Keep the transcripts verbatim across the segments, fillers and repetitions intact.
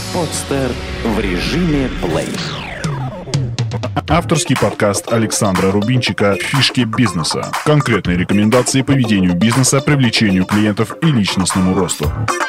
Подстер в режиме плей. Авторский подкаст Александра Рубинчика «Фишки бизнеса». Конкретные рекомендации по ведению бизнеса, привлечению клиентов и личностному росту.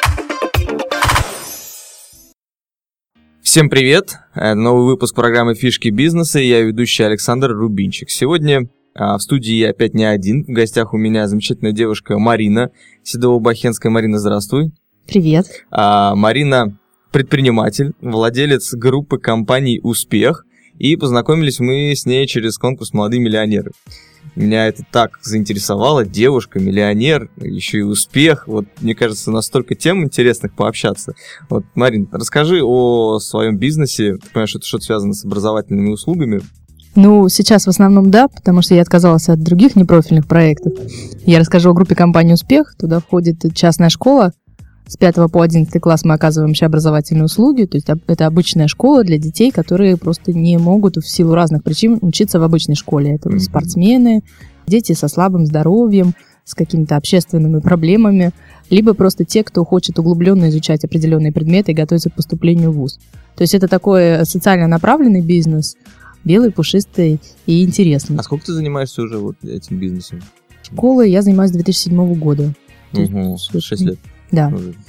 Всем привет! Новый выпуск программы «Фишки бизнеса» и я ведущий Александр Рубинчик. Сегодня в студии я опять не один. В гостях у меня замечательная девушка Марина Седова-Бахенская. Марина, здравствуй. Привет. А, Марина предприниматель, владелец группы компаний «Успех». И познакомились мы с ней через конкурс «Молодые миллионеры». Меня это так заинтересовало. Девушка, миллионер, еще и успех. Вот, мне кажется, настолько тем интересных пообщаться. Вот, Марин, расскажи о своем бизнесе. Ты понимаешь, это что-то связано с образовательными услугами? Ну, сейчас в основном да, потому что я отказалась от других непрофильных проектов. Я расскажу о группе компании «Успех». Туда входит частная школа. С пятого по одиннадцатый класс мы оказываем общеобразовательные услуги, то есть это обычная школа для детей, которые просто не могут в силу разных причин учиться в обычной школе. Это mm-hmm. спортсмены, дети со слабым здоровьем, с какими-то общественными проблемами, либо просто те, кто хочет углубленно изучать определенные предметы и готовиться к поступлению в вуз. То есть это такой социально направленный бизнес, белый, пушистый и интересный. А сколько ты занимаешься уже вот этим бизнесом? Школой я занимаюсь с две тысячи седьмого года. Угу, шесть лет. Да.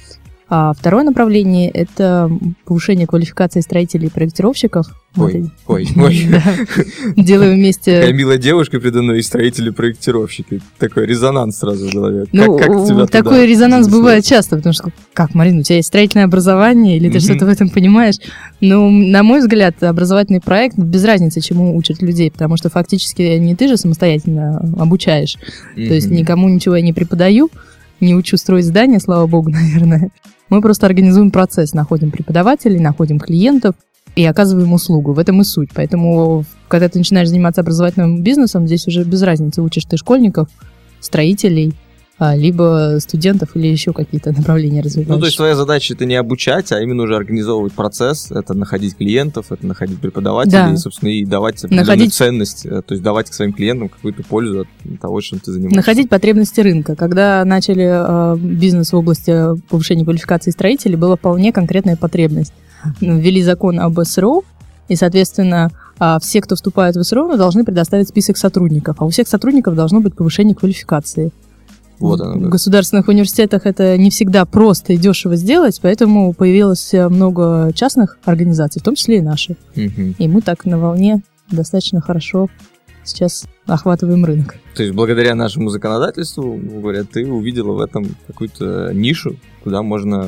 А второе направление – это повышение квалификации строителей и проектировщиков. Ой, вот. ой, ой. Да. Делаю вместе… Такая милая девушка передо мной, и строители и проектировщики. Такой резонанс сразу в голове. Ну, как, как тебя такой туда резонанс занесло? Бывает часто, потому что, как, Марина, у тебя есть строительное образование, или ты mm-hmm. что-то в этом понимаешь? Ну, на мой взгляд, образовательный проект, без разницы, чему учат людей, потому что фактически не ты же самостоятельно обучаешь. Mm-hmm. То есть никому ничего я не преподаю, не учу строить здания, слава богу, наверное. Мы просто организуем процесс, находим преподавателей, находим клиентов и оказываем услугу. В этом и суть. Поэтому, когда ты начинаешь заниматься образовательным бизнесом, здесь уже без разницы, учишь ты школьников, строителей, либо студентов или еще какие-то направления развиваешь. Ну, то есть твоя задача это не обучать, а именно уже организовывать процесс, это находить клиентов, это находить преподавателей, да. и, собственно, и давать определенную находить... ценность, то есть давать к своим клиентам какую-то пользу от того, чем ты занимаешься. Находить потребности рынка. Когда начали э, бизнес в области повышения квалификации строителей, была вполне конкретная потребность. Ввели закон об СРО, и, соответственно, э, все, кто вступает в СРО, должны предоставить список сотрудников, а у всех сотрудников должно быть повышение квалификации. Вот оно, в государственных университетах это не всегда просто и дешево сделать, поэтому появилось много частных организаций, в том числе и наши. Угу. И мы так на волне достаточно хорошо сейчас охватываем рынок. То есть благодаря нашему законодательству, говорят, ты увидела в этом какую-то нишу, куда можно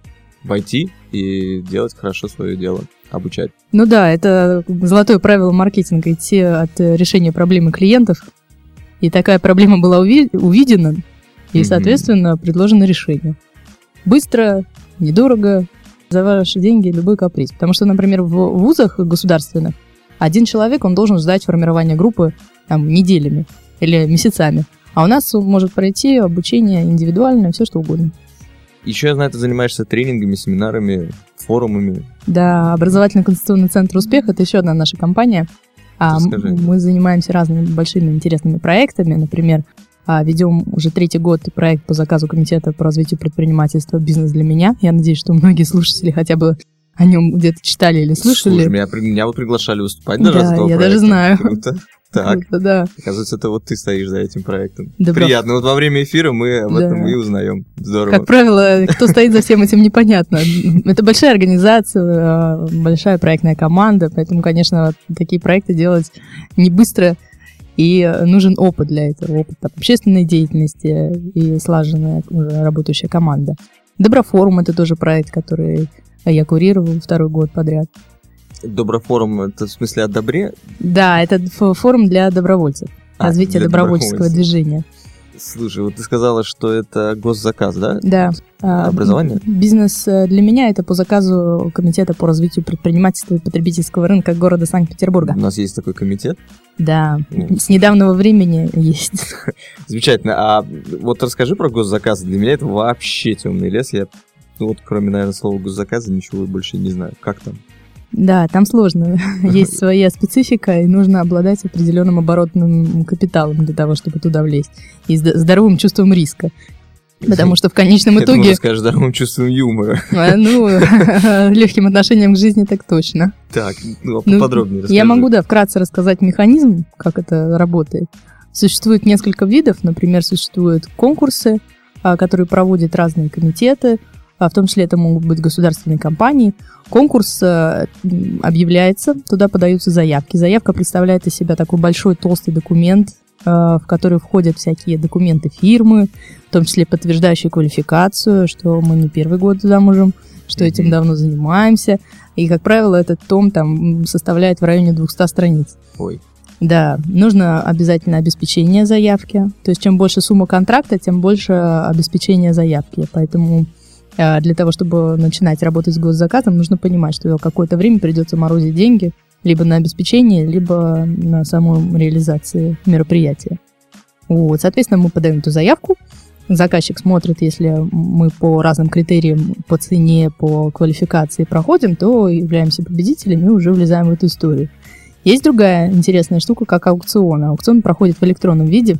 войти и делать хорошо свое дело, обучать. Ну да, это золотое правило маркетинга, идти от решения проблемы клиентов. И такая проблема была уви- увидена, и, соответственно, предложено решение. Быстро, недорого, за ваши деньги любой каприз. Потому что, например, в вузах государственных один человек, он должен ждать формирования группы там, неделями или месяцами. А у нас он может пройти обучение индивидуальное, все что угодно. Еще, я знаю, ты занимаешься тренингами, семинарами, форумами. Да, образовательно-консультационный центр «Успех» — это еще одна наша компания. А мы занимаемся разными большими интересными проектами. Например, ведем уже третий год проект по заказу Комитета по развитию предпринимательства «Бизнес для меня». Я надеюсь, что многие слушатели хотя бы о нем где-то читали или слышали. Слушай, меня, меня вот приглашали выступать даже да, с этого я проекта. Даже знаю. Круто. Так, Круто, да. Оказывается, это вот ты стоишь за этим проектом. Добро. Приятно. Вот во время эфира мы об да. этом и узнаем. Здорово. Как правило, кто стоит за всем этим, непонятно. Это большая организация, большая проектная команда, поэтому, конечно, такие проекты делать не быстро, и нужен опыт для этого, опыт общественной деятельности и слаженная уже работающая команда. Доброфорум — это тоже проект, который я курировала второй год подряд. Доброфорум, это в смысле о добре? Да, это форум для добровольцев, а, развитие добровольческого движения. Слушай, вот ты сказала, что это госзаказ, да? Да. Образование? Бизнес для меня это по заказу Комитета по развитию предпринимательства и потребительского рынка города Санкт-Петербурга. У нас есть такой комитет? Да, ну, с недавнего времени есть. Замечательно. А вот расскажи про госзаказы. Для меня это вообще темный лес. Я, ну, вот кроме, наверное, слова госзаказа ничего больше не знаю. Как там? Да, там сложно. Есть своя специфика, и нужно обладать определенным оборотным капиталом для того, чтобы туда влезть. И здоровым чувством риска. Потому что в конечном Это итоге... можно сказать, здоровым чувством юмора. А, Ну, легким отношением к жизни так точно. Так, ну, Ну, поподробнее расскажи. Я могу, да, вкратце рассказать механизм, как это работает. Существует несколько видов, например, существуют конкурсы, а, которые проводят разные комитеты, а, в том числе это могут быть государственные компании. Конкурс а, м, объявляется, туда подаются заявки. Заявка представляет из себя такой большой толстый документ, а, в который входят всякие документы фирмы, в том числе подтверждающие квалификацию, что мы не первый год замужем, что этим Мгм. давно занимаемся. И, как правило, этот том там составляет в районе двухсот страниц. Ой. Да, нужно обязательно обеспечение заявки. То есть, чем больше сумма контракта, тем больше обеспечение заявки. Поэтому э, для того, чтобы начинать работать с госзаказом, нужно понимать, что какое-то время придется морозить деньги либо на обеспечение, либо на саму реализацию мероприятия. Вот, соответственно, мы подаем эту заявку. Заказчик смотрит, если мы по разным критериям, по цене, по квалификации проходим, то являемся победителями и уже влезаем в эту историю. Есть другая интересная штука, как аукцион. Аукцион проходит в электронном виде.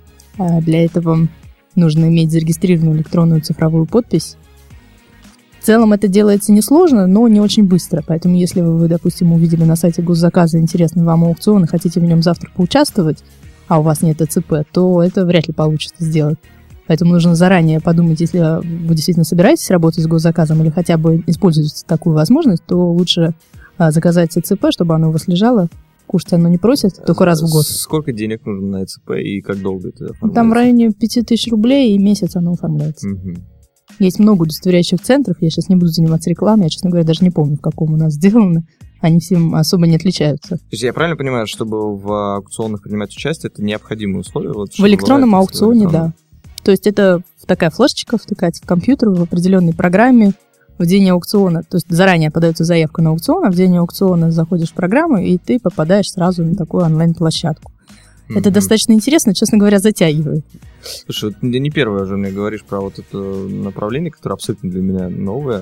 А Для этого нужно иметь зарегистрированную электронную цифровую подпись. В целом это делается несложно, но не очень быстро. Поэтому если вы, допустим, увидели на сайте госзаказа интересный вам аукцион и хотите в нем завтра поучаствовать, а у вас нет ТЦП, то это вряд ли получится сделать. Поэтому нужно заранее подумать, если вы действительно собираетесь работать с госзаказом или хотя бы используете такую возможность, то лучше а, заказать ТЦП, чтобы оно у вас лежало. Кушать оно не просит, только раз в год. Сколько денег нужно на ЭЦП и как долго это оформляется? Там в районе пяти тысяч рублей и месяц оно оформляется. Мгм. Есть много удостоверяющих центров, я сейчас не буду заниматься рекламой, я, честно говоря, даже не помню, в каком у нас сделано. Они всем особо не отличаются. То есть я правильно понимаю, чтобы в аукционах принимать участие, это необходимое условие? Вот, В что электронном бывает, если в аукционе, электронном? да. То есть это такая флешечка втыкается в компьютер в определенной программе в день аукциона. То есть заранее подается заявка на аукцион, а в день аукциона заходишь в программу, и ты попадаешь сразу на такую онлайн-площадку. Это Мгм. достаточно интересно, честно говоря, затягивает. Слушай, вот ты не первое уже мне говоришь про вот это направление, которое абсолютно для меня новое.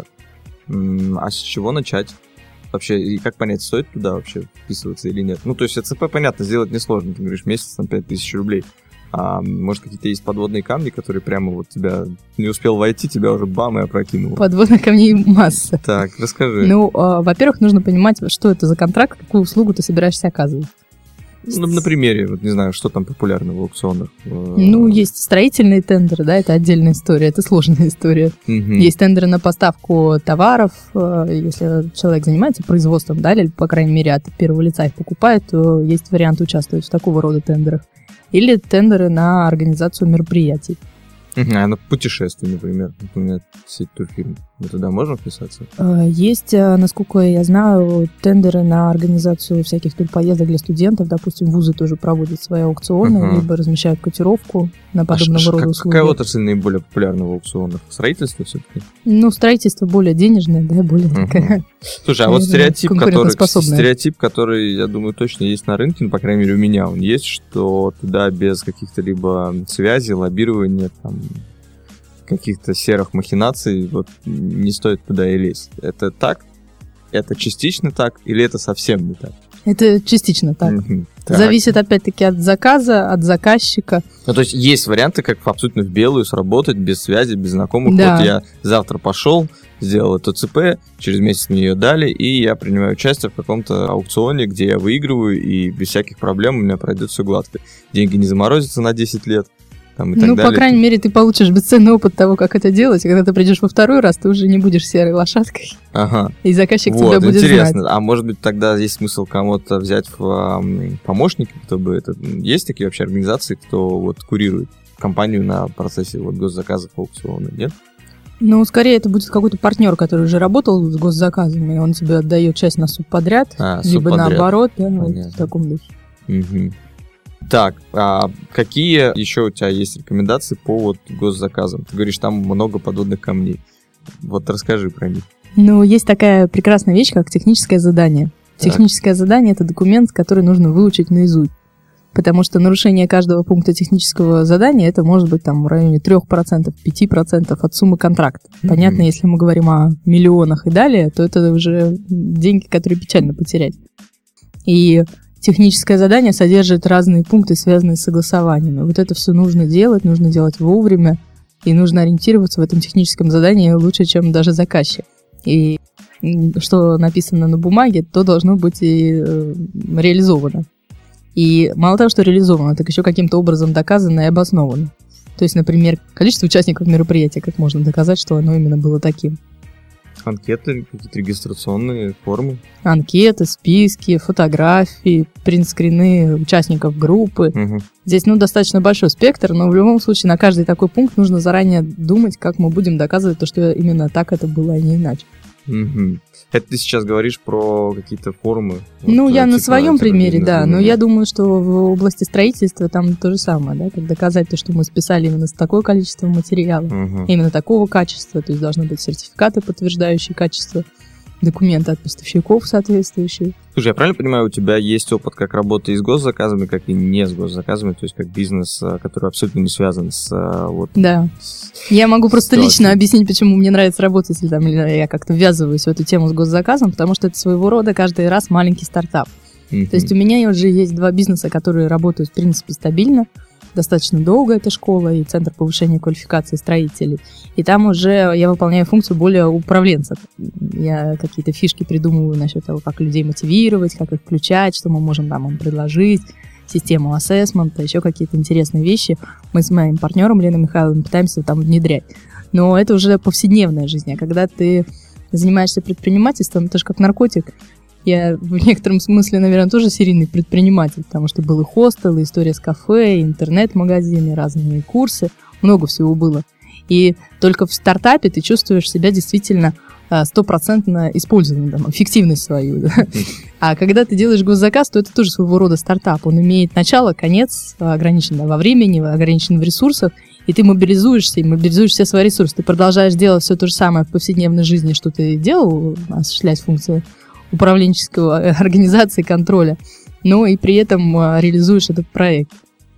М, А с чего начать? Вообще, и как понять, стоит туда вообще вписываться или нет? Ну, то есть ЭЦП, понятно, сделать несложно. Ты говоришь, месяц там пять тысяч рублей. А может, какие-то есть подводные камни, которые прямо вот тебя не успел войти, тебя уже бам и опрокинуло. Подводных камней масса. Так, расскажи. Ну, а, во-первых, нужно понимать, что это за контракт, какую услугу ты собираешься оказывать. Ну, на примере, вот не знаю, что там популярно в аукционах. Ну, есть строительные тендеры, да, это отдельная история, это сложная история. Мгм. Есть тендеры на поставку товаров, э, если человек занимается производством, да, или, по крайней мере, от первого лица их покупает, то есть вариант участвовать в такого рода тендерах. Или тендеры на организацию мероприятий. Мгм. А на путешествие, например. Вот у меня сеть турфирм. Мы туда можем вписаться? Э, Есть, э, насколько я знаю, тендеры на организацию всяких турпоездок для студентов. Допустим, вузы тоже проводят свои аукционы, Ага. либо размещают котировку на А подобного ш- рода как- услуги. Какая отрасль наиболее популярна в аукционах? Строительство все-таки? Ну, строительство более денежное, да, более Мгм. такая. Слушай, а вот Наверное, стереотип, который, конкурентоспособная. стереотип, который, я думаю, точно есть на рынке, ну, по крайней мере, у меня он есть, что туда без каких-то либо связей, лоббирования, там, каких-то серых махинаций, вот, не стоит туда и лезть. Это так? Это частично так? Или это совсем не так? Это частично так. Мгм. Так. Зависит, опять-таки, от заказа, от заказчика. Ну, то есть есть варианты, как абсолютно в белую сработать, без связи, без знакомых. Да. Вот я завтра пошел, сделал эту ЦП, через месяц мне ее дали, и я принимаю участие в каком-то аукционе, где я выигрываю, и без всяких проблем у меня пройдет все гладко. Деньги не заморозятся на десять лет, там, и так Ну, далее. по крайней мере, ты получишь бесценный опыт того, как это делать, и когда ты придешь во второй раз, ты уже не будешь серой лошадкой, Ага. и заказчик Вот, тебя будет интересно. знать. А может быть, тогда есть смысл кому-то взять в ам, помощники, кто бы это... Есть такие вообще организации, кто вот курирует компанию на процессе вот госзаказов аукциона, нет? Ну, скорее, это будет какой-то партнер, который уже работал с госзаказами, и он тебе отдает часть на субподряд, А, либо субподряд. наоборот, да, вот Понятно. в таком духе. Мгм. Так, а какие еще у тебя есть рекомендации по вот госзаказам? Ты говоришь, там много подводных камней. Вот расскажи про них. Ну, есть такая прекрасная вещь, как техническое задание. Так. Техническое задание — это документ, который нужно выучить наизусть. Потому что нарушение каждого пункта технического задания, это может быть там в районе трех процентов, пяти процентов от суммы контракта. Понятно, Мгм. если мы говорим о миллионах и далее, то это уже деньги, которые печально потерять. И техническое задание содержит разные пункты, связанные с согласованиями. Вот это все нужно делать, нужно делать вовремя. и нужно ориентироваться в этом техническом задании лучше, чем даже заказчик. И что написано на бумаге, то должно быть и э, реализовано. И мало того, что реализовано, так еще каким-то образом доказано и обосновано. То есть, например, количество участников мероприятия, как можно доказать, что оно именно было таким. Анкеты, какие-то регистрационные формы. Анкеты, списки, фотографии, принтскрины участников группы. Угу. Здесь, ну, достаточно большой спектр, но в любом случае на каждый такой пункт нужно заранее думать, как мы будем доказывать то, что именно так это было, а не иначе. Угу. Это ты сейчас говоришь про какие-то формы? Ну, вот, я типа, на своем примере, да, но примере. я думаю, что в области строительства там то же самое, да, как доказать то, что мы списали именно с такое количество материала, Угу. именно такого качества, то есть должны быть сертификаты, подтверждающие качество, документы от поставщиков соответствующие. Слушай, я правильно понимаю, у тебя есть опыт как работы и с госзаказами, как и не с госзаказами, то есть как бизнес, который абсолютно не связан с... Вот, Да. с... Я могу просто ситуацией. лично объяснить, почему мне нравится работать, или, там, или я как-то ввязываюсь в эту тему с госзаказом, потому что это своего рода каждый раз маленький стартап. Мгм. То есть у меня уже есть два бизнеса, которые работают, в принципе, стабильно. Достаточно долго эта школа и Центр повышения квалификации строителей. И там уже я выполняю функцию более управленца. Я какие-то фишки придумываю насчет того, как людей мотивировать, как их включать, что мы можем там им предложить, систему ассессмента, еще какие-то интересные вещи. Мы с моим партнером Леной Михайловной пытаемся там внедрять. Но это уже повседневная жизнь. А когда ты занимаешься предпринимательством, это же как наркотик. Я в некотором смысле, наверное, тоже серийный предприниматель, потому что был и хостел, и история с кафе, и интернет-магазины, разные курсы, много всего было. И только в стартапе ты чувствуешь себя действительно стопроцентно использованным, там, эффективность свою. Да? А когда ты делаешь госзаказ, то это тоже своего рода стартап. Он имеет начало, конец, ограничен во времени, ограничен в ресурсах, и ты мобилизуешься, и мобилизуешь все свои ресурсы. Ты продолжаешь делать все то же самое в повседневной жизни, что ты делал, осуществлять функции управленческого организации контроля, но и при этом а, реализуешь этот проект.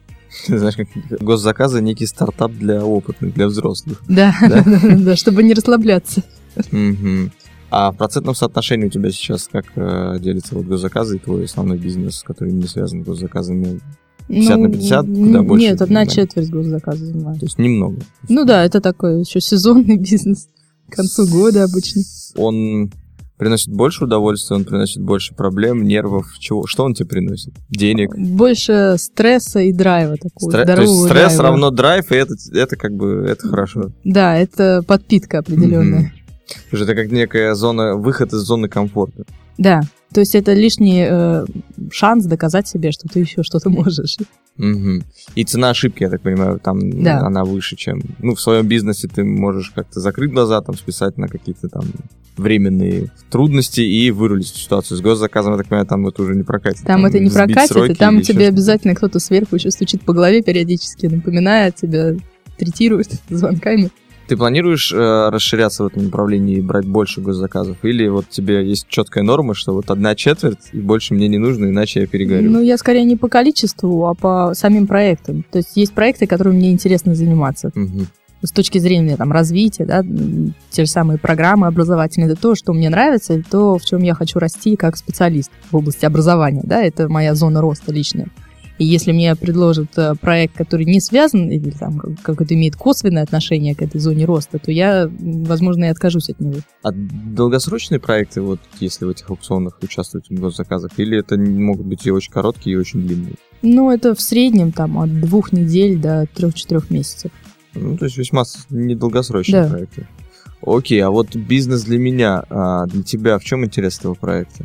Ты знаешь, как госзаказы некий стартап для опытных, для взрослых. Да, Да? да, чтобы не расслабляться. Мгм. А в процентном соотношении у тебя сейчас как э, делятся вот госзаказы и твой основной бизнес, который не связан с госзаказами? пятьдесят на пятьдесят? Куда больше? Нет, одна Да. четверть госзаказа занимает. То есть немного. Ну да, это такой еще сезонный бизнес к концу года обычно. Он приносит больше удовольствия, он приносит больше проблем, нервов, чего? Что он тебе приносит? Денег? Больше стресса и драйва такого. Стре- То есть здорового стресс драйва. равно драйв, и это, это как бы это хорошо. Да, это подпитка определенная. Мгм. Слушай, это как некая зона, выход из зоны комфорта. Да, то есть это лишний э, шанс доказать себе, что ты еще что-то можешь. Мгм. И цена ошибки, я так понимаю, там Да. она выше, чем... Ну, в своем бизнесе ты можешь как-то закрыть глаза, там, списать на какие-то там временные трудности и вырулить эту ситуацию. С госзаказом, я так понимаю, там это уже не прокатит. Там это не сбить прокатит, сроки и там или еще тебе что-то. обязательно кто-то сверху еще стучит по голове периодически, напоминает тебя, третирует звонками. Ты планируешь э, расширяться в этом направлении и брать больше госзаказов? Или вот тебе есть четкая норма, что вот одна четверть, и больше мне не нужно, иначе я перегорю? Ну, я скорее не по количеству, а по самим проектам. То есть есть проекты, которыми мне интересно заниматься. Мгм. С точки зрения там, развития, да, м, те же самые программы образовательные, это то, что мне нравится, и то, в чем я хочу расти как специалист в области образования. Да, это моя зона роста личная. И если мне предложат э, проект, который не связан, или там как- какое-то имеет косвенное отношение к этой зоне роста, то я, м, возможно, и откажусь от него. А долгосрочные проекты, вот если в этих аукционах участвуют в госзаказах, или это не- могут быть и очень короткие, и очень длинные? Ну, это в среднем там от двух недель до трех-четырех месяцев. Ну, то есть весьма с- недолгосрочные Да. проекты. Окей, а вот бизнес для меня, а для тебя в чем интерес этого проекта?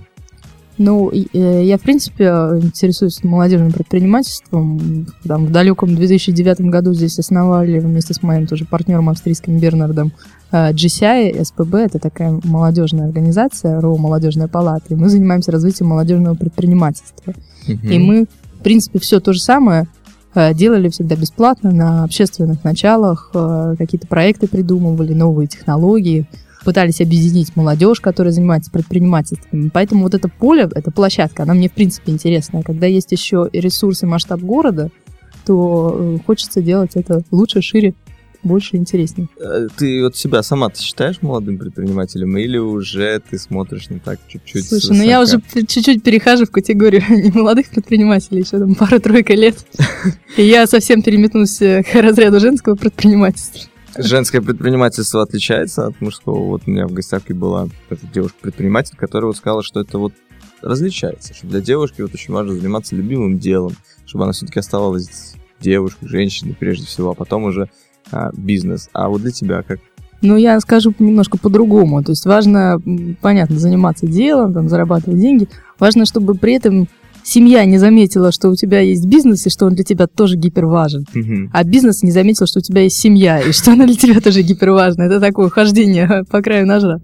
Ну, и, э, я, в принципе, интересуюсь молодежным предпринимательством. Там, в далеком две тысячи девятом году здесь основали вместе с моим тоже партнером австрийским Бернардом э, джи си ай, эс пэ бэ. Это такая молодежная организация, РО «Молодежная палата». И мы занимаемся развитием молодежного предпринимательства. И мы, в принципе, все то же самое э, делали всегда бесплатно на общественных началах, э, какие-то проекты придумывали, новые технологии, пытались объединить молодежь, которая занимается предпринимательством. Поэтому вот это поле, эта площадка, она мне, в принципе, интересна. А когда есть еще и ресурсы, масштаб города, то э, хочется делать это лучше, шире, больше, интереснее. Э, Ты вот себя сама-то считаешь молодым предпринимателем, или уже ты смотришь на так чуть-чуть Слушай, свысока? ну я уже п- чуть-чуть перехожу в категорию не молодых предпринимателей, еще там пара-тройка лет. И я совсем переметнусь к разряду женского предпринимательства. Женское предпринимательство отличается от мужского. Вот у меня в гостях была девушка-предприниматель, которая вот сказала, что это вот различается, что для девушки вот очень важно заниматься любимым делом, чтобы она все-таки оставалась девушкой, женщиной прежде всего, а потом уже а, бизнес. А вот для тебя как? Ну, я скажу немножко по-другому. То есть важно, понятно, заниматься делом, там, зарабатывать деньги. Важно, чтобы при этом семья не заметила, что у тебя есть бизнес, и что он для тебя тоже гиперважен. Угу. А бизнес не заметил, что у тебя есть семья, и что она для тебя тоже гиперважна. Это такое хождение по краю ножа.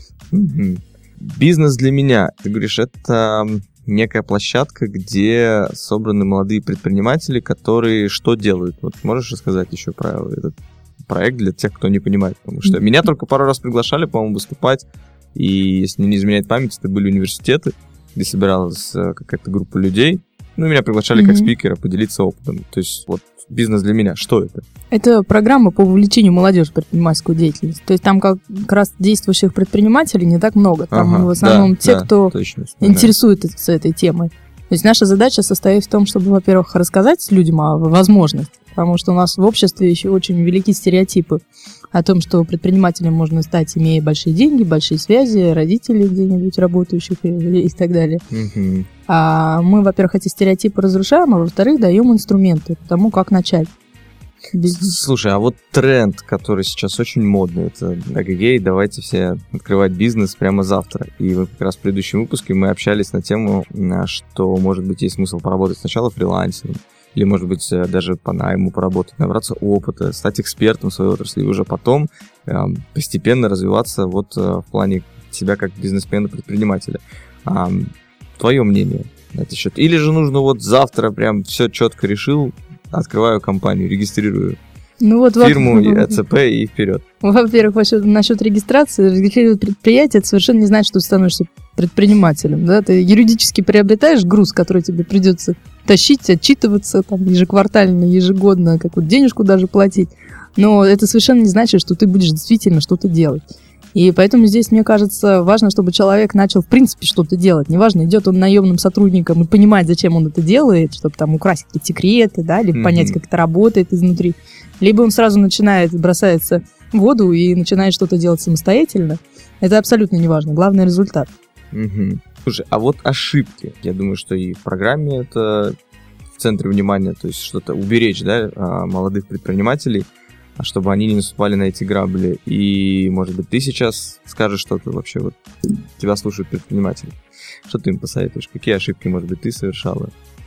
Угу. Бизнес для меня, ты говоришь, это некая площадка, где собраны молодые предприниматели, которые что делают? Вот можешь рассказать еще про этот проект для тех, кто не понимает? Потому что mm-hmm. меня только пару раз приглашали, по-моему, выступать, и, если не изменяет память, это были университеты, где собиралась какая-то группа людей, ну, меня приглашали mm-hmm. как спикера поделиться опытом. То есть, вот, бизнес для меня, что это? Это программа по вовлечению молодежи в предпринимательскую деятельность. То есть там как раз действующих предпринимателей не так много. Там ага, в основном да, те, да, кто точно, интересуется этой темой. То есть наша задача состоит в том, чтобы, во-первых, рассказать людям о возможностях, потому что у нас в обществе еще очень велики стереотипы о том, что предпринимателем можно стать, имея большие деньги, большие связи, родителей где-нибудь работающих и, и так далее. Угу. А мы, во-первых, эти стереотипы разрушаем, а во-вторых, даем инструменты по тому, как начать. Без... Слушай, а вот тренд, который сейчас очень модный, это эгегей, давайте все открывать бизнес прямо завтра. И мы как раз в предыдущем выпуске мы общались на тему, что, может быть, есть смысл поработать сначала фрилансером, или, может быть, даже по найму поработать, набраться опыта, стать экспертом в своей отрасли, и уже потом э, постепенно развиваться вот э, в плане себя как бизнесмена-предпринимателя. А, твое мнение на этот счет? Или же нужно вот завтра прям все четко решил, открываю компанию, регистрирую ну вот, фирму, и ЭЦП и вперед? Во-первых, насчет регистрации, регистрировать предприятие, это совершенно не значит, что ты становишься предпринимателем. Да? Ты юридически приобретаешь груз, который тебе придется тащить, отчитываться там, ежеквартально, ежегодно, какую-то денежку даже платить. Но это совершенно не значит, что ты будешь действительно что-то делать. И поэтому здесь, мне кажется, важно, чтобы человек начал, в принципе, что-то делать. Неважно, идет он наемным сотрудником и понимает, зачем он это делает, чтобы там украсть какие-то секреты, да, или mm-hmm. понять, как это работает изнутри. Либо он сразу начинает, бросается в воду и начинает что-то делать самостоятельно. Это абсолютно неважно. Главный результат. Mm-hmm. Слушай, а вот ошибки. Я думаю, что и в программе это в центре внимания, то есть что-то уберечь, да, молодых предпринимателей, чтобы они не наступали на эти грабли. И, может быть, ты сейчас скажешь что-то вообще, вот тебя слушают предприниматели. Что ты им посоветуешь? Какие ошибки, может быть, ты совершала?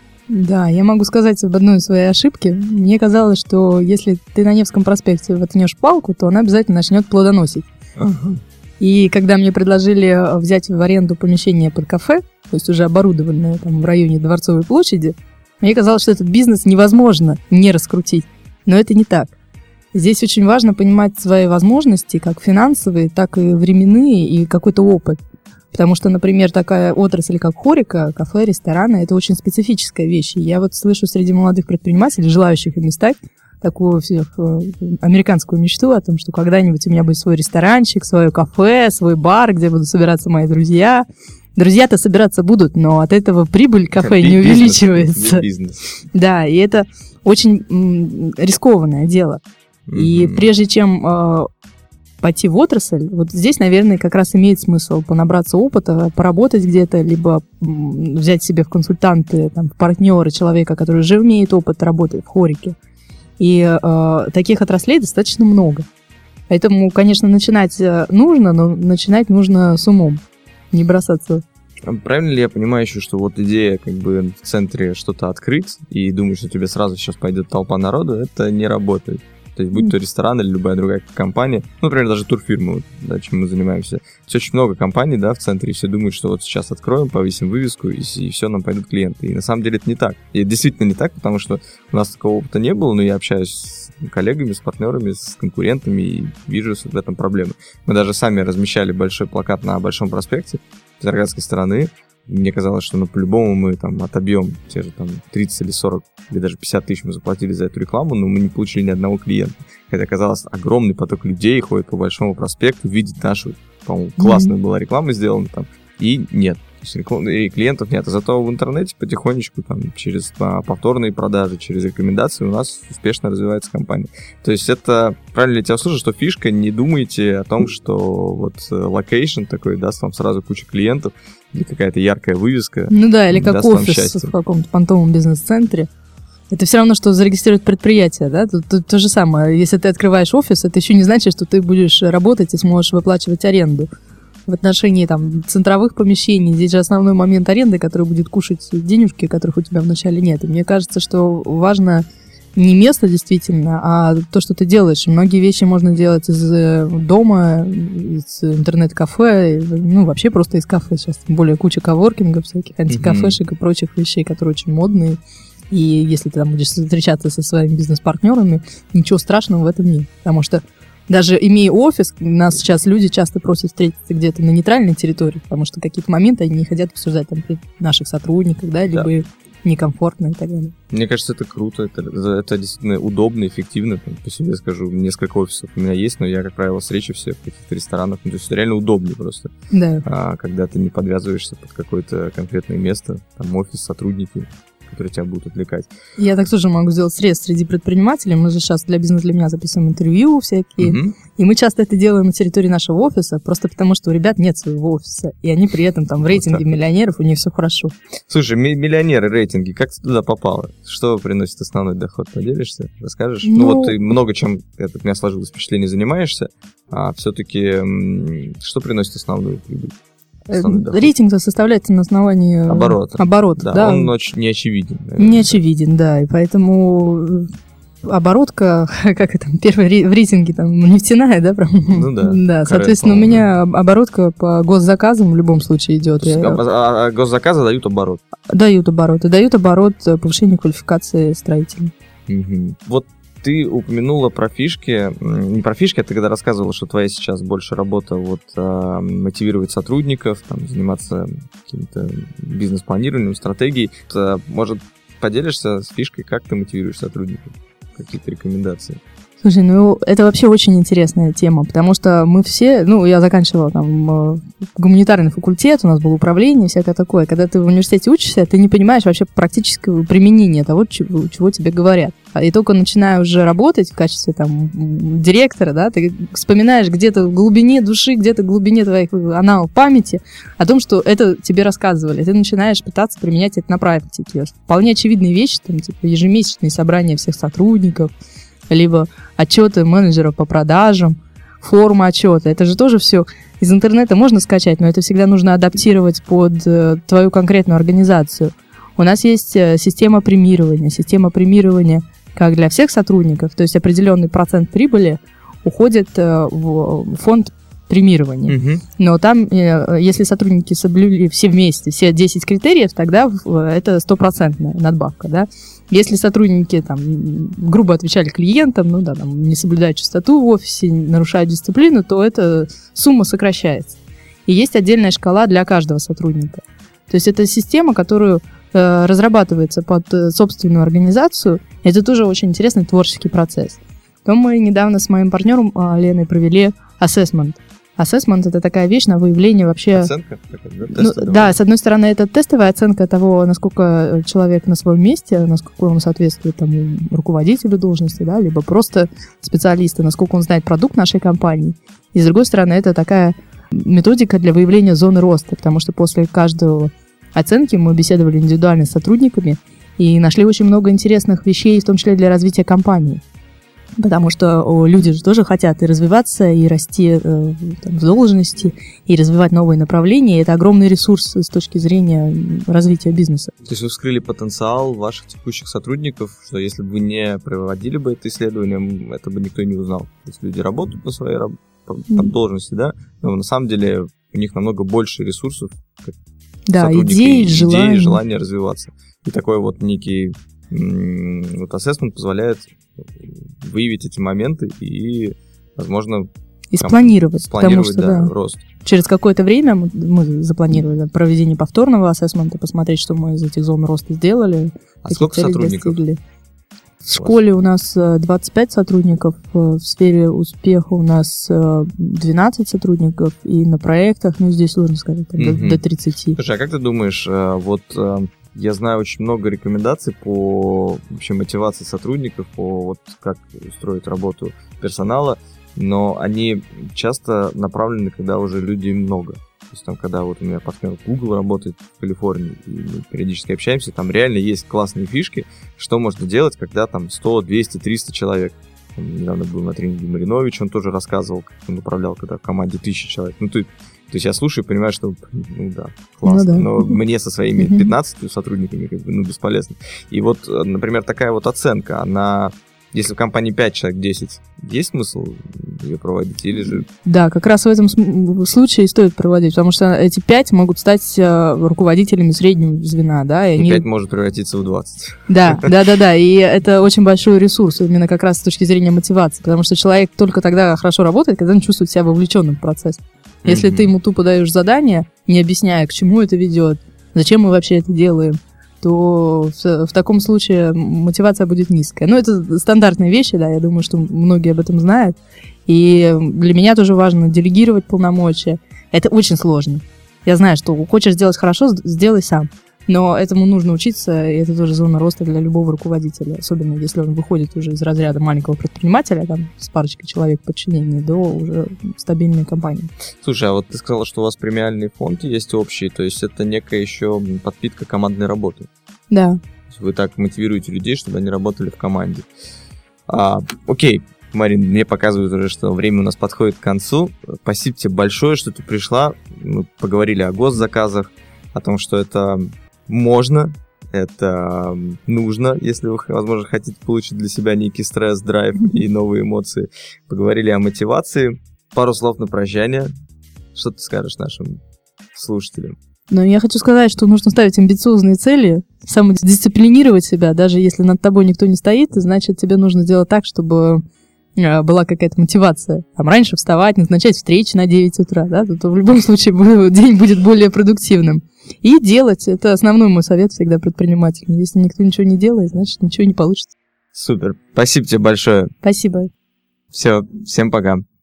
Да, я могу сказать об одной своей ошибке. Мне казалось, что если ты на Невском проспекте воткнешь палку, то она обязательно начнет плодоносить. Ага. И когда мне предложили взять в аренду помещение под кафе, то есть уже оборудованное там в районе Дворцовой площади, мне казалось, что этот бизнес невозможно не раскрутить. Но это не так. Здесь очень важно понимать свои возможности, как финансовые, так и временные, и какой-то опыт. Потому что, например, такая отрасль, как хорика, кафе, рестораны, это очень специфическая вещь. И я вот слышу среди молодых предпринимателей, желающих ими стать, такую всех, американскую мечту о том, что когда-нибудь у меня будет свой ресторанчик, свое кафе, свой бар, где будут собираться мои друзья. Друзья-то собираться будут, но от этого прибыль кафе не увеличивается. Да, и это очень м, рискованное дело. Mm-hmm. И прежде чем э, пойти в отрасль, вот здесь, наверное, как раз имеет смысл понабраться опыта, поработать где-то, либо м, взять себе в консультанты, там, в партнеры человека, который уже имеет опыт работы в хорике. И э, таких отраслей достаточно много. Поэтому, конечно, начинать нужно, но начинать нужно с умом, не бросаться. Правильно ли я понимаю еще, что вот идея как бы в центре что-то открыть и думать, что тебе сразу сейчас пойдет толпа народу, это не работает? То есть будь то ресторан или любая другая компания, ну, например, даже турфирмы, да, чем мы занимаемся. Все очень много компаний, да, в центре, и все думают, что вот сейчас откроем, повесим вывеску, и, и все, нам пойдут клиенты. И на самом деле это не так. И это действительно не так, потому что у нас такого опыта не было, но я общаюсь с коллегами, с партнерами, с конкурентами, и вижу в этом проблемы. Мы даже сами размещали большой плакат на Большом проспекте с Арбатской стороны. Мне казалось, что ну, по-любому мы там отобьем те же там тридцать или сорок или даже пятьдесят тысяч мы заплатили за эту рекламу, но мы не получили ни одного клиента. Хотя оказалось, огромный поток людей ходит по Большому проспекту, видит нашу, по-моему, классная mm-hmm. была реклама сделана там, и нет. есть и клиентов нет. А зато в интернете потихонечку, там, через повторные продажи, через рекомендации у нас успешно развивается компания. То есть это, правильно ли я тебя услышал, что фишка, не думайте о том, что вот локейшн такой даст вам сразу кучу клиентов, или какая-то яркая вывеска. Ну да, или как офис в каком-то понтовом бизнес-центре. Это все равно, что зарегистрировать предприятие, да? Тут, тут то же самое. Если ты открываешь офис, это еще не значит, что ты будешь работать и сможешь выплачивать аренду. В отношении там центровых помещений, здесь же основной момент аренды, который будет кушать денежки, которых у тебя вначале нет. И мне кажется, что важно не место действительно, а то, что ты делаешь. Многие вещи можно делать из дома, из интернет-кафе, ну, вообще просто из кафе. Сейчас тем более куча коворкингов, всяких антикафешек mm-hmm. и прочих вещей, которые очень модные. И если ты там будешь встречаться со своими бизнес-партнерами, ничего страшного в этом нет. Потому что даже имея офис, нас сейчас люди часто просят встретиться где-то на нейтральной территории, потому что какие-то моменты они не хотят обсуждать там при наших сотрудниках, да, либо да. некомфортно и так далее. Мне кажется, это круто, это, это действительно удобно, эффективно. Там, по себе скажу, несколько офисов у меня есть, но я, как правило, встречи все в каких-то ресторанах. Ну, то есть это реально удобно просто. Да. А, когда ты не подвязываешься под какое-то конкретное место, там офис, сотрудники, которые тебя будут отвлекать. Я так тоже могу сделать срез среди предпринимателей. Мы же сейчас для «Бизнес для меня» записываем интервью всякие. Mm-hmm. И мы часто это делаем на территории нашего офиса, просто потому что у ребят нет своего офиса. И они при этом там в рейтинге вот миллионеров, у них все хорошо. Слушай, миллионеры рейтинги, как ты туда попала? Что приносит основной доход? Поделишься? Расскажешь? Ну, ну вот ты много чем, это, у меня сложилось впечатление, занимаешься, а все-таки что приносит основную прибыль? Рейтинг составляется на основании оборота. оборота да, да. Он очень не очевиден. Наверное. Не очевиден, да. И поэтому оборотка, как это, первый в рейтинге там нефтяная, да? Ну да. Да, соответственно, у меня оборотка по госзаказам в любом случае идет. То есть, я... А госзаказы дают оборот? Дают оборот. И дают оборот повышения квалификации строителей. Угу. Вот ты упомянула про фишки, не про фишки, а ты когда рассказывала, что твоя сейчас больше работа вот а, мотивировать сотрудников, там, заниматься каким-то бизнес-планированием, стратегией. То, может, поделишься с фишкой, как ты мотивируешь сотрудников? Какие-то рекомендации? Слушай, ну это вообще очень интересная тема, потому что мы все, ну я заканчивала там гуманитарный факультет, у нас было управление, всякое такое. Когда ты в университете учишься, ты не понимаешь вообще практического применения того, чего, чего тебе говорят. И только начиная уже работать в качестве там директора, да, ты вспоминаешь где-то в глубине души, где-то в глубине твоих аналов памяти о том, что это тебе рассказывали. Ты начинаешь пытаться применять это на практике. Вполне очевидные вещи, там, типа ежемесячные собрания всех сотрудников, либо отчеты менеджеров по продажам, форма отчета. Это же тоже все из интернета можно скачать, но это всегда нужно адаптировать под э, твою конкретную организацию. У нас есть э, система премирования. Система премирования как для всех сотрудников, то есть определенный процент прибыли уходит э, в фонд премирования. Mm-hmm. Но там, э, если сотрудники соблюли все вместе, все десять критериев, тогда э, это стопроцентная надбавка, да. Если сотрудники там грубо отвечали клиентам, ну да, там, не соблюдают чистоту в офисе, нарушают дисциплину, то эта сумма сокращается. И есть отдельная шкала для каждого сотрудника. То есть это система, которую э, разрабатывается под э, собственную организацию. Это тоже очень интересный творческий процесс. То мы недавно с моим партнером э, Леной провели ассессмент. Ассессмент — это такая вещь на выявление вообще... Оценка? Да, ну, да, с одной стороны, это тестовая оценка того, насколько человек на своем месте, насколько он соответствует тому руководителю должности, да, либо просто специалисту, насколько он знает продукт нашей компании. И с другой стороны, это такая методика для выявления зоны роста, потому что после каждого оценки мы беседовали индивидуально с сотрудниками и нашли очень много интересных вещей, в том числе для развития компании. Потому что о, люди же тоже хотят и развиваться, и расти э, там, в должности, и развивать новые направления. И это огромный ресурс с точки зрения развития бизнеса. То есть вы вскрыли потенциал ваших текущих сотрудников, что если бы вы не проводили бы это исследование, это бы никто не узнал. То есть люди работают по своей раб- по, там, должности, да, но на самом деле у них намного больше ресурсов, как да, идеи, идеи, желания. желания развиваться. И такой вот некий м- вот ассессмент позволяет выявить эти моменты и, возможно, и спланировать, спланировать потому что, да, да, рост. Через какое-то время мы, мы запланировали да, проведение повторного ассессмента, посмотреть, что мы из этих зон роста сделали. А сколько сотрудников? Достигли. В школе у нас двадцать пять сотрудников, в сфере успеха у нас двенадцать сотрудников, и на проектах, ну, здесь сложно сказать, там, mm-hmm. до, до тридцати. Слушай, а как ты думаешь, вот я знаю очень много рекомендаций по вообще мотивации сотрудников, по вот как устроить работу персонала, но они часто направлены, когда уже людей много. То есть там, когда вот у меня партнер Google работает в Калифорнии, и мы периодически общаемся, там реально есть классные фишки, что можно делать, когда там сто, двести, триста человек. Там, недавно был на тренинге Маринович, он тоже рассказывал, как он управлял, когда в команде тысяча человек. Ну, ты, то есть я слушаю и понимаю, что, ну да, классно, ну, да. Но мне со своими пятнадцатью сотрудниками как бы, ну, бесполезно. И вот, например, такая вот оценка, она... Если в компании пять человек, десять, есть смысл ее проводить или же... Да, как раз в этом случае стоит проводить, потому что эти пять могут стать руководителями среднего звена, да. И, и они... пять может превратиться в двадцать. Да, да, да, да, и это очень большой ресурс, именно как раз с точки зрения мотивации, потому что человек только тогда хорошо работает, когда он чувствует себя вовлеченным в процесс. Если mm-hmm. ты ему тупо даешь задание, не объясняя, к чему это ведет, зачем мы вообще это делаем, то в, в таком случае мотивация будет низкая. Ну, это стандартные вещи, да, я думаю, что многие об этом знают. И для меня тоже важно делегировать полномочия. Это очень сложно. Я знаю, что хочешь сделать хорошо, сделай сам. Но этому нужно учиться, и это тоже зона роста для любого руководителя, особенно если он выходит уже из разряда маленького предпринимателя, там, с парочкой человек в подчинении, до уже стабильной компании. Слушай, а вот ты сказала, что у вас премиальный фонд есть общий, то есть это некая еще подпитка командной работы. Да. Вы так мотивируете людей, чтобы они работали в команде. А, окей, Марин, мне показывают уже, что время у нас подходит к концу. Спасибо тебе большое, что ты пришла. Мы поговорили о госзаказах, о том, что это можно, это нужно, если вы, возможно, хотите получить для себя некий стресс, драйв и новые эмоции. Поговорили о мотивации. Пару слов на прощание. Что ты скажешь нашим слушателям? Ну, я хочу сказать, что нужно ставить амбициозные цели, самодисциплинировать себя, даже если над тобой никто не стоит, значит, тебе нужно сделать так, чтобы была какая-то мотивация. Там раньше вставать, назначать встречи на девять утра, да, то в любом случае день будет более продуктивным. И делать, это основной мой совет всегда предпринимателям. Если никто ничего не делает, значит, ничего не получится. Супер. Спасибо тебе большое. Спасибо. Все, всем пока.